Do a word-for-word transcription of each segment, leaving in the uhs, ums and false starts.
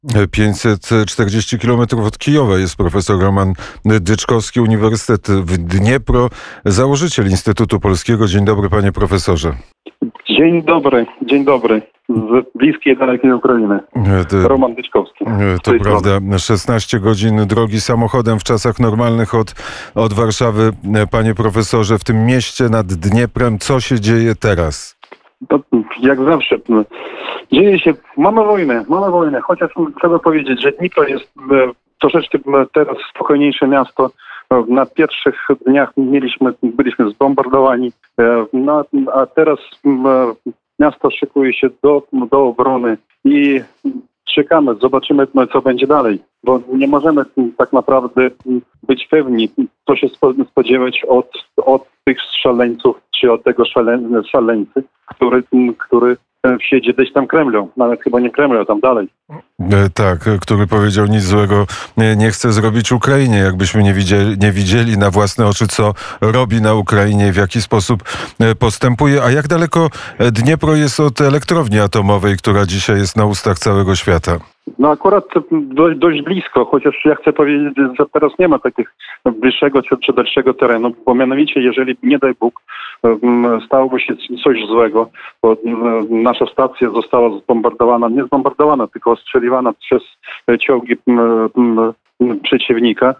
pięćset czterdzieści kilometrów od Kijowa jest profesor Roman Dyczkowski, Uniwersytet w Dniepro, założyciel Instytutu Polskiego. Dzień dobry, panie profesorze. Dzień dobry, dzień dobry. Z bliskiej i dalekiej Ukrainy. Roman Dyczkowski. To prawda, szesnaście godzin drogi samochodem w czasach normalnych od, od Warszawy. Panie profesorze, w tym mieście nad Dnieprem, co się dzieje teraz? To, jak zawsze, dzieje się, mamy wojnę, mamy wojnę, chociaż trzeba powiedzieć, że Dnipro jest e, troszeczkę teraz spokojniejsze miasto. Na pierwszych dniach mieliśmy, byliśmy zbombardowani, e, no, a teraz e, miasto szykuje się do, do obrony i czekamy, zobaczymy, co będzie dalej, bo nie możemy tak naprawdę być pewni, co się spodziewać od, od tych szaleńców, czy od tego szale, szaleńcy, który, który siedzi gdzieś tam Kremlu, nawet chyba nie Kremlu, a tam dalej. Tak, który powiedział, nic złego nie chce zrobić Ukrainie, jakbyśmy nie widzieli, nie widzieli na własne oczy, co robi na Ukrainie, w jaki sposób postępuje. A jak daleko Dniepro jest od elektrowni atomowej, która dzisiaj jest na ustach całego świata? No akurat dość, dość blisko, chociaż ja chcę powiedzieć, że teraz nie ma takich bliższego czy, czy dalszego terenu, bo mianowicie, jeżeli nie daj Bóg stałoby się coś złego, bo nasza stacja została zbombardowana, nie zbombardowana, tylko ostrzeliwana przez czołgi przeciwnika,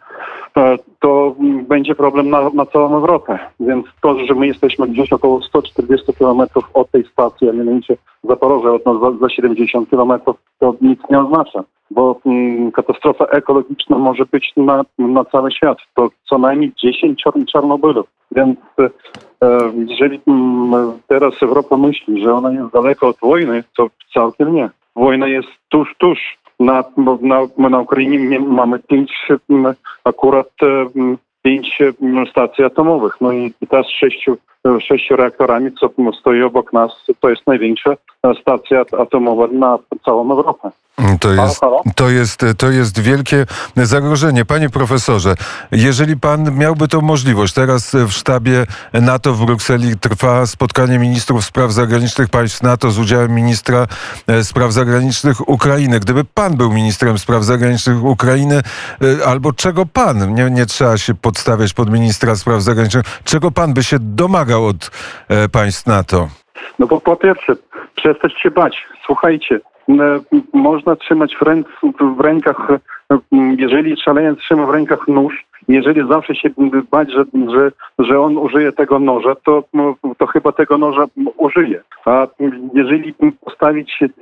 to będzie problem na, na całą Europę. Więc to, że my jesteśmy gdzieś około sto czterdzieści kilometrów od tej stacji, a mianowicie Zaporoże od nas za, za siedemdziesiąt kilometrów, to nic nie oznacza, bo mm, katastrofa ekologiczna może być na, na cały świat. To co najmniej dziesięć czar- Czarnobylów. Więc e, jeżeli m, teraz Europa myśli, że ona jest daleko od wojny, to całkiem nie. Wojna jest tuż, tuż. Na, na, na Ukrainie mamy pięć, akurat pięć stacji atomowych. No i ta z sześciu, sześciu reaktorami, co stoi obok nas, to jest największa stacja atomowa na całą Europę. To jest, to, jest, to jest wielkie zagrożenie. Panie profesorze, jeżeli pan miałby tą możliwość, teraz w sztabie NATO w Brukseli trwa spotkanie ministrów spraw zagranicznych państw NATO z udziałem ministra spraw zagranicznych Ukrainy. Gdyby pan był ministrem spraw zagranicznych Ukrainy, albo czego pan, nie, nie trzeba się podstawiać pod ministra spraw zagranicznych, czego pan by się domagał od państw NATO? No bo po pierwsze, przestać się bać. Słuchajcie, można trzymać w, ręk, w rękach, jeżeli szaleniec trzyma w rękach nóż, jeżeli zawsze się bać, że, że, że on użyje tego noża, to, to chyba tego noża użyje. A jeżeli postawić się,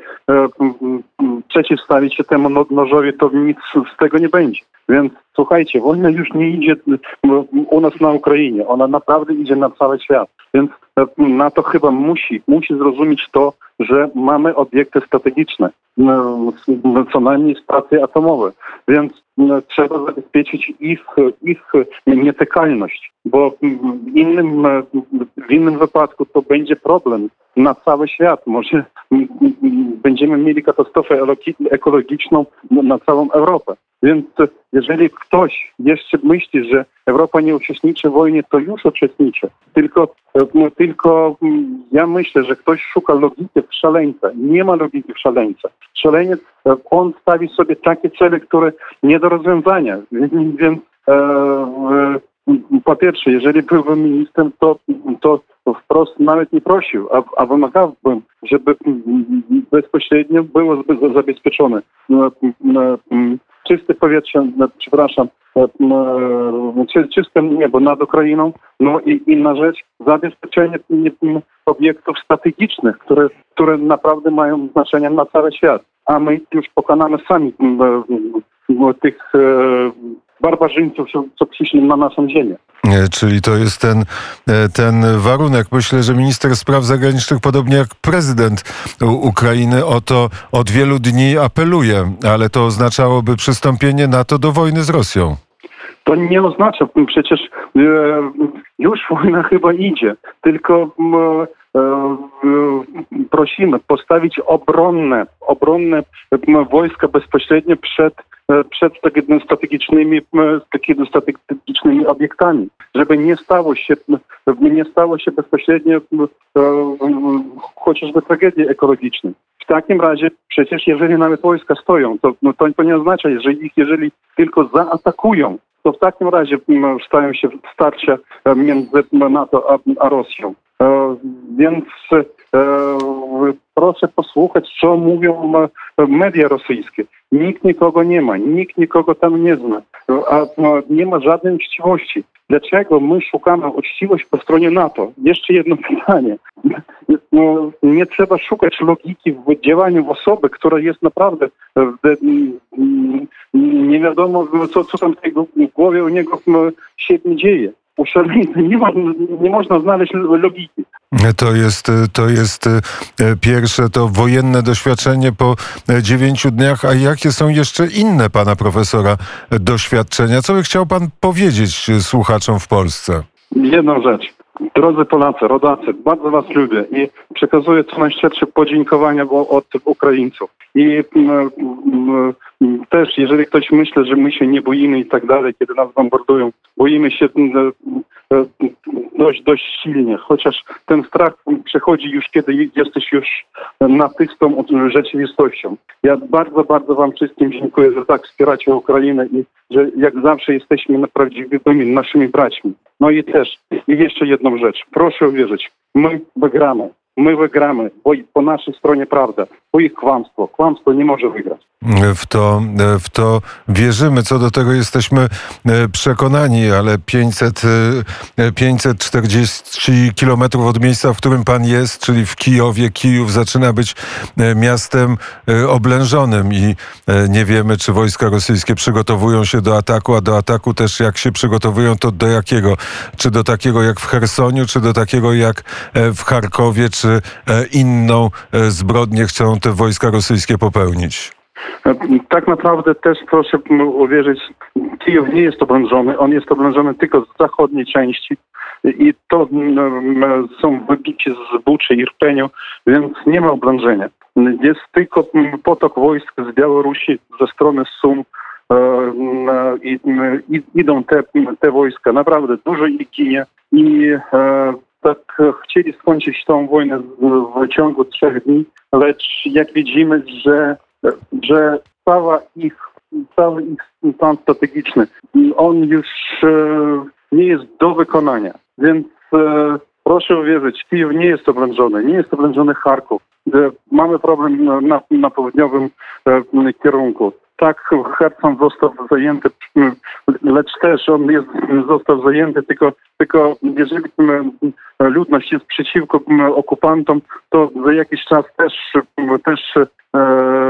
przeciwstawić się temu nożowi, to nic z tego nie będzie. Więc słuchajcie, wojna już nie idzie u nas na Ukrainie, ona naprawdę idzie na cały świat. Więc NATO chyba musi, musi zrozumieć to, że mamy obiekty strategiczne, co najmniej stacje atomowe, więc trzeba zabezpieczyć ich, ich nietykalność, bo w innym, w innym wypadku to będzie problem na cały świat. Może będziemy mieli katastrofę ekologiczną na całą Europę. Więc jeżeli ktoś jeszcze myśli, że Europa nie uczestniczy w wojnie, to już uczestniczy. Tylko, tylko ja myślę, że ktoś szuka logiki w szaleńca. Nie ma logiki w szaleńca. Szaleniec, on stawi sobie takie cele, które nie do rozwiązania. Więc e, e, po pierwsze, jeżeli byłbym ministrem, to, to wprost nawet nie prosił, a, a wymagałbym, żeby bezpośrednio było zabezpieczone czyste powietrze, przepraszam, czyste niebo nad Ukrainą, no i inna rzecz, zabezpieczenie obiektów strategicznych, które, które naprawdę mają znaczenie na cały świat, a my już pokonamy sami tych barbarzyńców, co przyszli na naszą ziemię. Czyli to jest ten, ten warunek. Myślę, że minister spraw zagranicznych, podobnie jak prezydent Ukrainy, o to od wielu dni apeluje, ale to oznaczałoby przystąpienie NATO do wojny z Rosją. To nie oznacza, przecież e, już wojna chyba idzie, tylko e, e, prosimy postawić obronne, obronne wojska bezpośrednio przed przed takimi strategicznymi, takimi strategicznymi obiektami, żeby nie stało się, nie stało się bezpośrednio chociażby tragedii ekologicznej. W takim razie przecież jeżeli nawet wojska stoją, to, no, to nie oznacza, że ich jeżeli tylko zaatakują, to w takim razie stają się starcia między NATO a, a Rosją. E, więc e, proszę posłuchać, co mówią media rosyjskie. Nikt nikogo nie ma, nikt nikogo tam nie zna, a no, nie ma żadnej uczciwości. Dlaczego my szukamy uczciwości po stronie NATO? Jeszcze jedno pytanie. No, nie trzeba szukać logiki w działaniu osoby, która jest naprawdę nie wiadomo, co, co tam w tej głowie u niego się dzieje. U szaleńcy nie, ma, nie można znaleźć logiki. To jest, to jest pierwsze, to wojenne doświadczenie po dziewięciu dniach. A jakie są jeszcze inne pana profesora doświadczenia? Co by chciał pan powiedzieć słuchaczom w Polsce? Jedną rzecz. Drodzy Polacy, rodacy, bardzo was lubię i przekazuję co najszczersze podziękowania od Ukraińców. I m, m, też, jeżeli ktoś myśli, że my się nie boimy i tak dalej, kiedy nas bombardują, boimy się m, m, dość, dość silnie, chociaż ten strach przechodzi już, kiedy jesteś już natystą rzeczywistością. Ja bardzo, bardzo wam wszystkim dziękuję, że tak wspieracie Ukrainę i że jak zawsze jesteśmy prawdziwymi naszymi braćmi. No i też, i jeszcze jedną rzecz. Proszę uwierzyć, my wygramy. My wygramy, bo po naszej stronie prawda, bo ich kłamstwo. Kłamstwo nie może wygrać. W to, w to wierzymy, co do tego jesteśmy przekonani, ale pięćset, pięćset czterdzieści kilometrów od miejsca, w którym pan jest, czyli w Kijowie, Kijów zaczyna być miastem oblężonym i nie wiemy, czy wojska rosyjskie przygotowują się do ataku, a do ataku też jak się przygotowują, to do jakiego? Czy do takiego jak w Chersoniu, czy do takiego jak w Charkowie, czy inną zbrodnię chcą te wojska rosyjskie popełnić? Tak naprawdę też proszę uwierzyć, Kijów nie jest oblężony, on jest oblężony tylko z zachodniej części i to są wybici z Buczy i Irpeniu, więc nie ma oblężenia. Jest tylko potok wojsk z Białorusi ze strony Sum i, i idą te, te wojska. Naprawdę dużo ich ginie i tak chcieli skończyć tą wojnę w ciągu trzech dni, lecz jak widzimy, że że cała ich, cały ich plan strategiczny, on już e, nie jest do wykonania. Więc e, proszę uwierzyć, Kijów nie jest oblężony, nie jest oblężony Charków. E, mamy problem na, na, na południowym e, kierunku. Tak, Cherson został zajęty, lecz też on jest, został zajęty, tylko, tylko jeżeli ludność jest przeciwko okupantom, to za jakiś czas też, też e,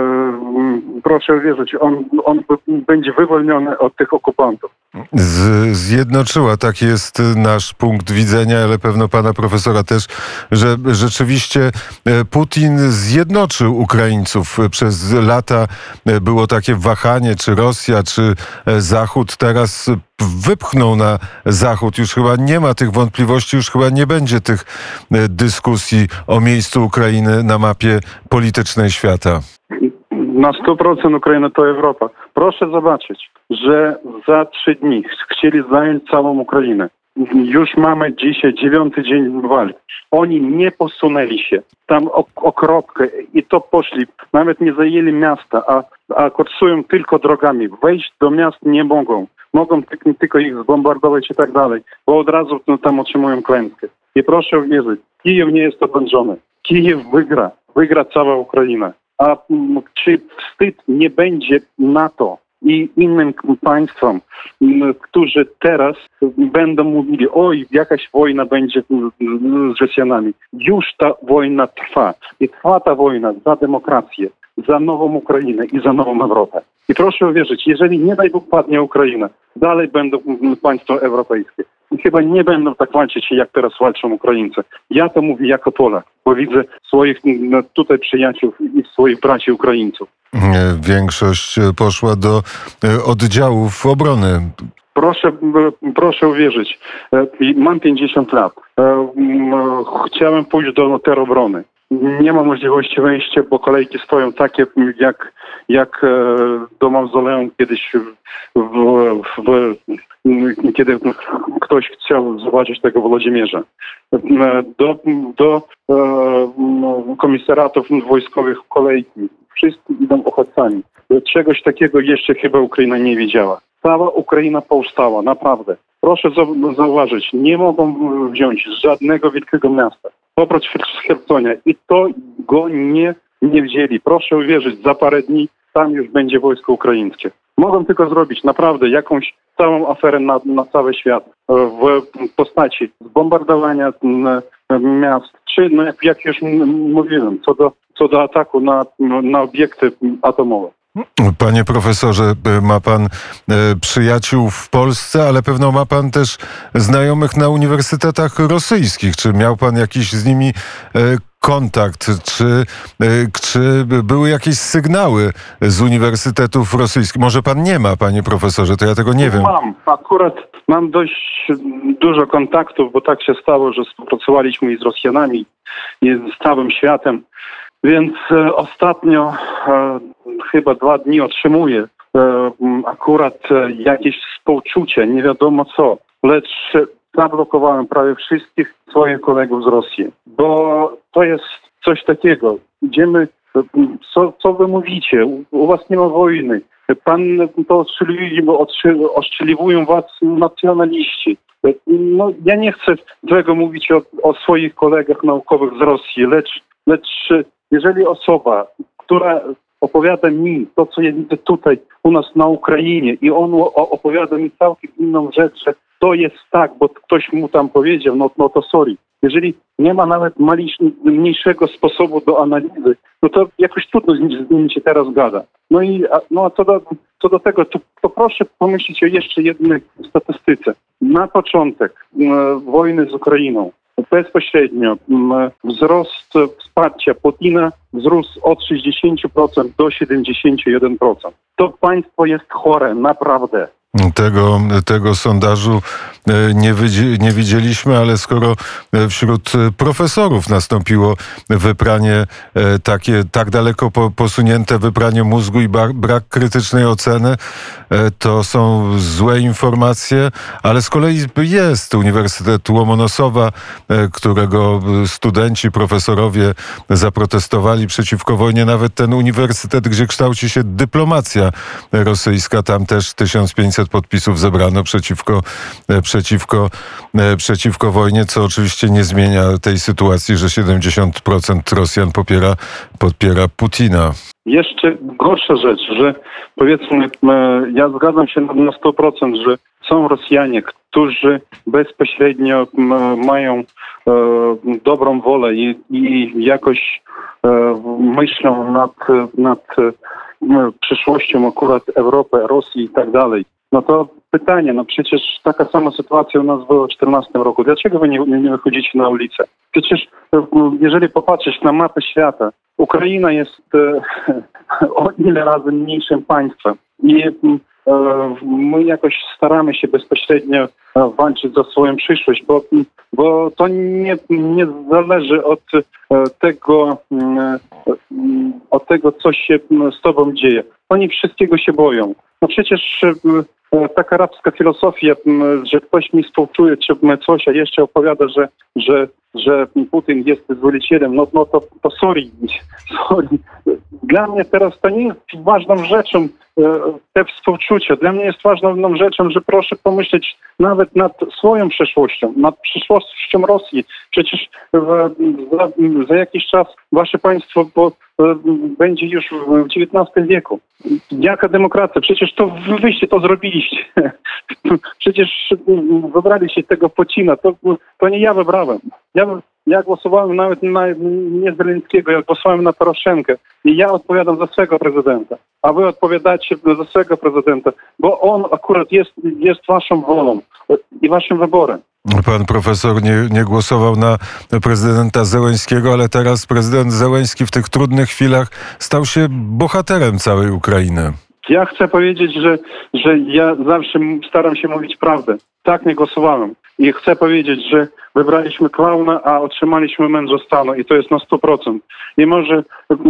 proszę uwierzyć, on, on będzie wywolniony od tych okupantów. Z, zjednoczyła, tak jest nasz punkt widzenia, ale pewno pana profesora też, że rzeczywiście Putin zjednoczył Ukraińców. Przez lata było takie wahanie, czy Rosja, czy Zachód. Teraz wypchnął na Zachód. Już chyba nie ma tych wątpliwości, już chyba nie będzie tych dyskusji o miejscu Ukrainy na mapie politycznej świata. Na sto procent Ukraina to Europa. Proszę zobaczyć, że za trzy dni chcieli zająć całą Ukrainę. Już mamy dzisiaj dziewiąty dzień walki. Oni nie posunęli się tam o, o kropkę i to poszli. Nawet nie zajęli miasta, a, a kursują tylko drogami. Wejść do miast nie mogą. Mogą tylko, tylko ich zbombardować i tak dalej, bo od razu no, tam otrzymują klęskę. I proszę uwierzyć, Kijów nie jest oblężony. Kijów wygra. Wygra cała Ukraina. A m, czy wstyd nie będzie NATO i innym państwom, m, którzy teraz będą mówili, oj, jakaś wojna będzie z Rosjanami. Już ta wojna trwa. I trwa ta wojna za demokrację, za nową Ukrainę i za nową Europę. I proszę uwierzyć, jeżeli nie daj Bóg padnie Ukraina, dalej będą państwa europejskie. I chyba nie będą tak walczyć, jak teraz walczą Ukraińcy. Ja to mówię jako Polak, bo widzę swoich tutaj przyjaciół i swoich braci Ukraińców. Większość poszła do oddziałów obrony. Proszę, proszę uwierzyć, mam pięćdziesiąt lat. Chciałem pójść do terobrony. nie ma możliwości wejścia, bo kolejki stoją takie, jak, jak do mauzoleum kiedyś, w, w, w, kiedy ktoś chciał zobaczyć tego Włodzimierza. Do, do komisaratów wojskowych kolejki. Wszyscy idą uchodźcami. Czegoś takiego jeszcze chyba Ukraina nie wiedziała. Cała Ukraina powstała, naprawdę. Proszę zauważyć, nie mogą wziąć żadnego wielkiego miasta. Oprócz Chersonia. I to go nie, nie wzięli. Proszę uwierzyć, za parę dni tam już będzie wojsko ukraińskie. Mogą tylko zrobić naprawdę jakąś całą aferę na, na cały świat w postaci zbombardowania miast, czy no jak, jak już mówiłem, co do, co do ataku na, na obiekty atomowe. Panie profesorze, ma pan przyjaciół w Polsce, ale pewno ma pan też znajomych na uniwersytetach rosyjskich. Czy miał pan jakiś z nimi kontakt? Czy, czy były jakieś sygnały z uniwersytetów rosyjskich? Może pan nie ma, panie profesorze, to ja tego nie wiem. Mam. Akurat mam dość dużo kontaktów, bo tak się stało, że współpracowaliśmy i z Rosjanami, i z całym światem. Więc e, ostatnio e, chyba dwa dni otrzymuję e, akurat e, jakieś współczucie, nie wiadomo co, lecz zablokowałem prawie wszystkich swoich kolegów z Rosji, bo to jest coś takiego. Idziemy, e, co, co wy mówicie? U, u was nie ma wojny. Pan to oszczeliwują was nacjonaliści. No, ja nie chcę złego mówić o, o swoich kolegach naukowych z Rosji, lecz, lecz jeżeli osoba, która opowiada mi to, co ja widzę tutaj u nas na Ukrainie i on opowiada mi całkiem inną rzecz, że to jest tak, bo ktoś mu tam powiedział, no, no to sorry. Jeżeli nie ma nawet mniejszego sposobu do analizy, no to jakoś trudno z nimi się teraz gada. No i no, a co, do, co do tego, to, to proszę pomyśleć o jeszcze jednej statystyce. Na początek e, wojny z Ukrainą bezpośrednio wzrost wsparcia Putina wzrósł od sześćdziesiąt procent do siedemdziesiąt jeden procent. To państwo jest chore, naprawdę. Tego, tego sondażu nie, widzi, nie widzieliśmy, ale skoro wśród profesorów nastąpiło wypranie takie, tak daleko posunięte wypranie mózgu i brak krytycznej oceny, to są złe informacje, ale z kolei jest Uniwersytet Łomonosowa, którego studenci, profesorowie zaprotestowali przeciwko wojnie. Nawet ten uniwersytet, gdzie kształci się dyplomacja rosyjska, tam też tysiąc pięćset podpisów zebrano przeciwko, przeciwko, przeciwko wojnie, co oczywiście nie zmienia tej sytuacji, że siedemdziesiąt procent Rosjan popiera, popiera Putina. Jeszcze gorsza rzecz, że powiedzmy, ja zgadzam się na sto procent, że są Rosjanie, którzy bezpośrednio mają dobrą wolę i, i jakoś myślą nad, nad przyszłością akurat Europy, Rosji i tak dalej. No to pytanie, no przecież taka sama sytuacja u nas była w czternastym roku. Dlaczego wy nie, nie wychodzicie na ulicę? Przecież jeżeli popatrzeć na mapę świata, Ukraina jest e, o ile razy mniejszym państwem i e, my jakoś staramy się bezpośrednio walczyć za swoją przyszłość, bo, bo to nie, nie zależy od tego, od tego, co się z tobą dzieje. Oni wszystkiego się boją. No przecież taka arabska filozofia, że ktoś mi współczuje, czy coś, a jeszcze opowiada, że, że, że Putin jest wyzwolicielem, no, no to, to sorry, sorry. Dla mnie teraz to nie jest ważną rzeczą te współczucie. Dla mnie jest ważną rzeczą, że proszę pomyśleć nawet nad swoją przeszłością, nad przyszłością Rosji. Przecież za, za jakiś czas wasze państwo bo, będzie już w dziewiętnastym wieku. Jaka demokracja? Przecież to wyście to zrobiliście. Przecież wybraliście tego Putina. To, to nie ja wybrałem. Ja, ja głosowałem nawet na nie Zelenskiego, ja głosowałem na Poroszenkę. I ja odpowiadam za swego prezydenta. A wy odpowiadacie za swego prezydenta, bo on akurat jest, jest waszą wolą i waszym wyborem. Pan profesor nie, nie głosował na prezydenta Zełenskiego, ale teraz prezydent Zełenski w tych trudnych chwilach stał się bohaterem całej Ukrainy. Ja chcę powiedzieć, że, że ja zawsze staram się mówić prawdę. Tak, nie głosowałem. I chcę powiedzieć, że wybraliśmy klauna, a otrzymaliśmy męża stanu i to jest na sto procent. I może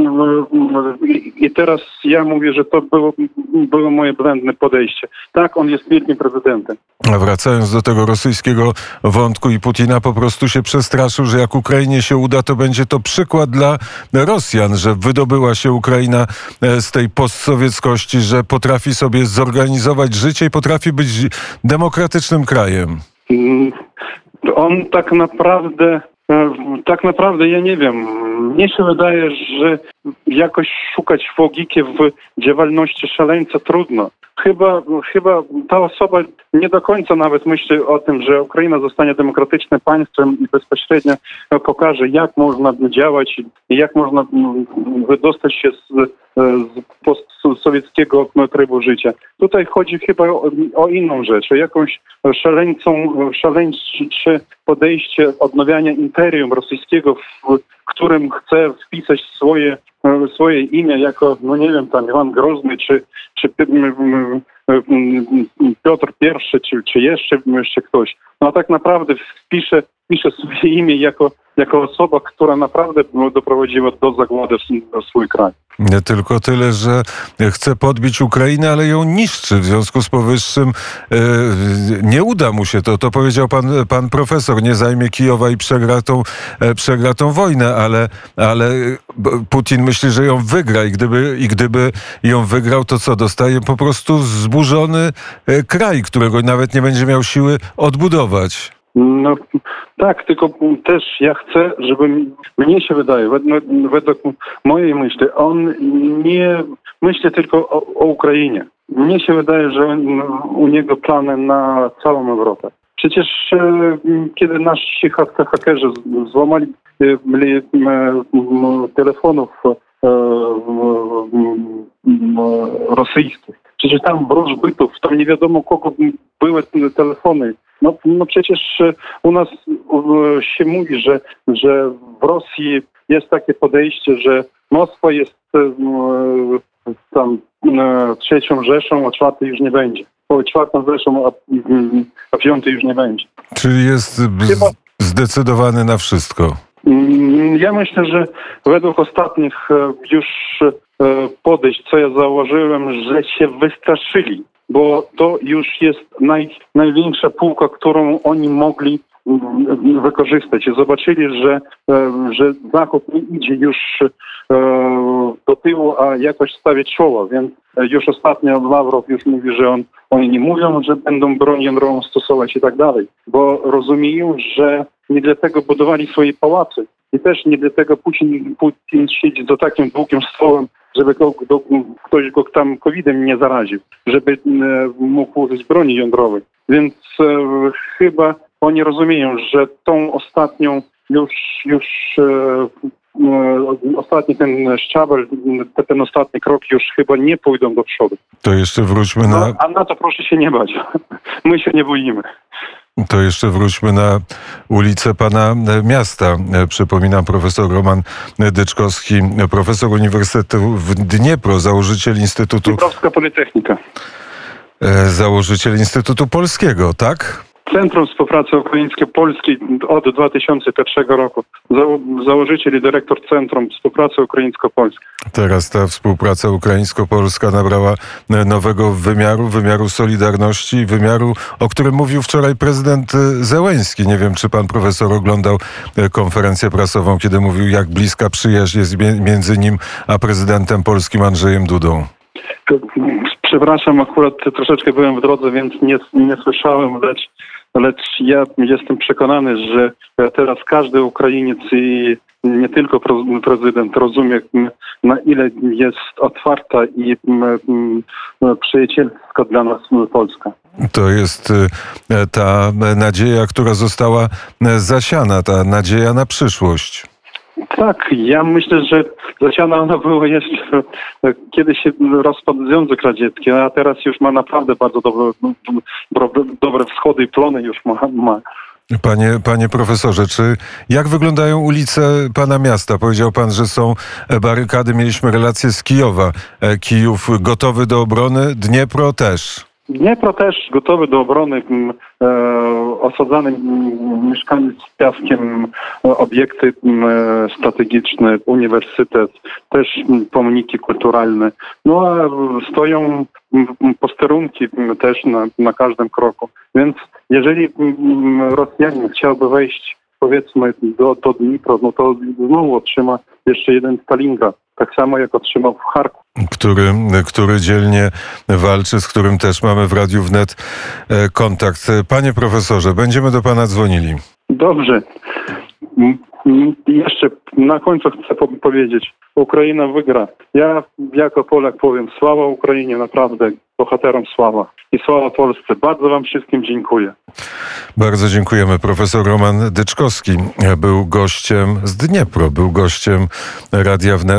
i teraz ja mówię, że to było, było moje błędne podejście. Tak, on jest wielkim prezydentem. A wracając do tego rosyjskiego wątku i Putina po prostu się przestraszył, że jak Ukrainie się uda, to będzie to przykład dla Rosjan, że wydobyła się Ukraina z tej postsowieckości, że potrafi sobie zorganizować życie i potrafi być demokratycznym krajem. On tak naprawdę, tak naprawdę, ja nie wiem, mnie się wydaje, że jakoś szukać logiki w działalności szaleńca trudno. Chyba, chyba ta osoba nie do końca nawet myśli o tym, że Ukraina zostanie demokratycznym państwem i bezpośrednio pokaże, jak można działać i jak można wydostać się z, z postsowieckiego trybu życia. Tutaj chodzi chyba o, o inną rzecz, o jakąś szaleńcą, szaleńcze podejście odnawiania imperium rosyjskiego, w którym chce wpisać swoje swoje imię jako, no nie wiem, tam Iwan Grozny, czy, czy Piotr Pierwszy, czy, czy jeszcze, jeszcze ktoś. No a tak naprawdę wpisze, wpisze swoje imię jako, jako osoba, która naprawdę doprowadziła do zagłady w swój kraj. Nie tylko tyle, że chce podbić Ukrainę, ale ją niszczy. W związku z powyższym e, nie uda mu się to. To powiedział pan, pan profesor. Nie zajmie Kijowa i przegra tą, e, przegra tą wojnę, ale, ale Putin myśli, że ją wygra i gdyby, i gdyby ją wygrał, to co? Dostaje po prostu zburzony kraj, którego nawet nie będzie miał siły odbudować. No tak, tylko też ja chcę, żeby mnie się wydaje, według, według mojej myśli, on nie myśli tylko o, o Ukrainie. Mnie się wydaje, że u niego plany na całą Europę. Przecież e, kiedy nasi hakerzy złamali e, e, telefonów e, e, rosyjskich, przecież tam wróżbytów, tam nie wiadomo kogo były telefony. No, no przecież u nas się mówi, że, że w Rosji jest takie podejście, że Moskwa jest tam trzecią Rzeszą, a czwartej już nie będzie. O czwartą Rzeszą, a, a piątej już nie będzie. Czyli jest Chyba... zdecydowany na wszystko. Ja myślę, że według ostatnich już podejść, co ja zauważyłem, że się wystraszyli. Bo to już jest naj, największa półka, którą oni mogli wykorzystać. I zobaczyli, że, że Zachód nie idzie już do tyłu, a jakoś stawiać czoła. Więc już ostatnio Ławrow już mówi, że on, oni nie mówią, że będą broń jądrową stosować i tak dalej. Bo rozumieją, że nie dlatego budowali swoje pałace. I też nie dlatego Putin, Putin siedzi za takim długim stołem, żeby go, do, ktoś go tam kowidem nie zaraził, żeby e, mógł użyć broni jądrowej. Więc e, chyba oni rozumieją, że tą ostatnią już, już e, e, ostatni ten szczebel, ten ostatni krok już chyba nie pójdą do przodu. To jeszcze wróćmy na... No, a na to proszę się nie bać. My się nie boimy. To jeszcze wróćmy na ulicę pana miasta. Przypominam, profesor Roman Dyczkowski, profesor Uniwersytetu w Dniepro, założyciel Instytutu... Dnieprovska Politechnika. Założyciel Instytutu Polskiego, tak? Centrum Współpracy Ukraińsko-Polskiej od dwa tysiące pierwszego roku. Za- założyciel i dyrektor Centrum Współpracy Ukraińsko-Polskiej. Teraz ta współpraca ukraińsko-polska nabrała nowego wymiaru, wymiaru solidarności, wymiaru, o którym mówił wczoraj prezydent Zełenski. Nie wiem, czy pan profesor oglądał konferencję prasową, kiedy mówił, jak bliska przyjaźń jest między nim a prezydentem polskim Andrzejem Dudą. Przepraszam, akurat troszeczkę byłem w drodze, więc nie, nie słyszałem, lecz, lecz ja jestem przekonany, że teraz każdy Ukrainiec i nie tylko prezydent rozumie, na ile jest otwarta i przyjacielska dla nas Polska. To jest ta nadzieja, która została zasiana, ta nadzieja na przyszłość. Tak, ja myślę, że zasiana ona była jeszcze, kiedy się rozpadł Związek Radziecki, a teraz już ma naprawdę bardzo dobre, dobre, dobre wschody i plony już ma. ma. Panie, panie profesorze, czy jak wyglądają ulice pana miasta? Powiedział pan, że są barykady. Mieliśmy relacje z Kijowa. Kijów gotowy do obrony, Dniepro też. Dniepro też gotowy do obrony, m, e, osadzane m, mieszkanie z piaskiem, e, obiekty m, e, strategiczne, uniwersytet, też m, pomniki kulturalne. No a stoją m, posterunki m, też na, na każdym kroku. Więc jeżeli m, Rosjanin chciałby wejść, powiedzmy, do, do Dnipro, no to znowu otrzyma jeszcze jeden Stalingrad. Tak samo jak otrzymał w Charków. Który, który dzielnie walczy, z którym też mamy w Radiu Wnet e, kontakt. Panie profesorze, będziemy do pana dzwonili. Dobrze. M- m- Jeszcze na końcu chcę po- powiedzieć, Ukraina wygra. Ja jako Polak powiem, sława Ukrainie, naprawdę, bohaterom sława. I sława Polsce. Bardzo wam wszystkim dziękuję. Bardzo dziękujemy. Profesor Roman Dyczkowski był gościem z Dniepro, był gościem Radia Wnet.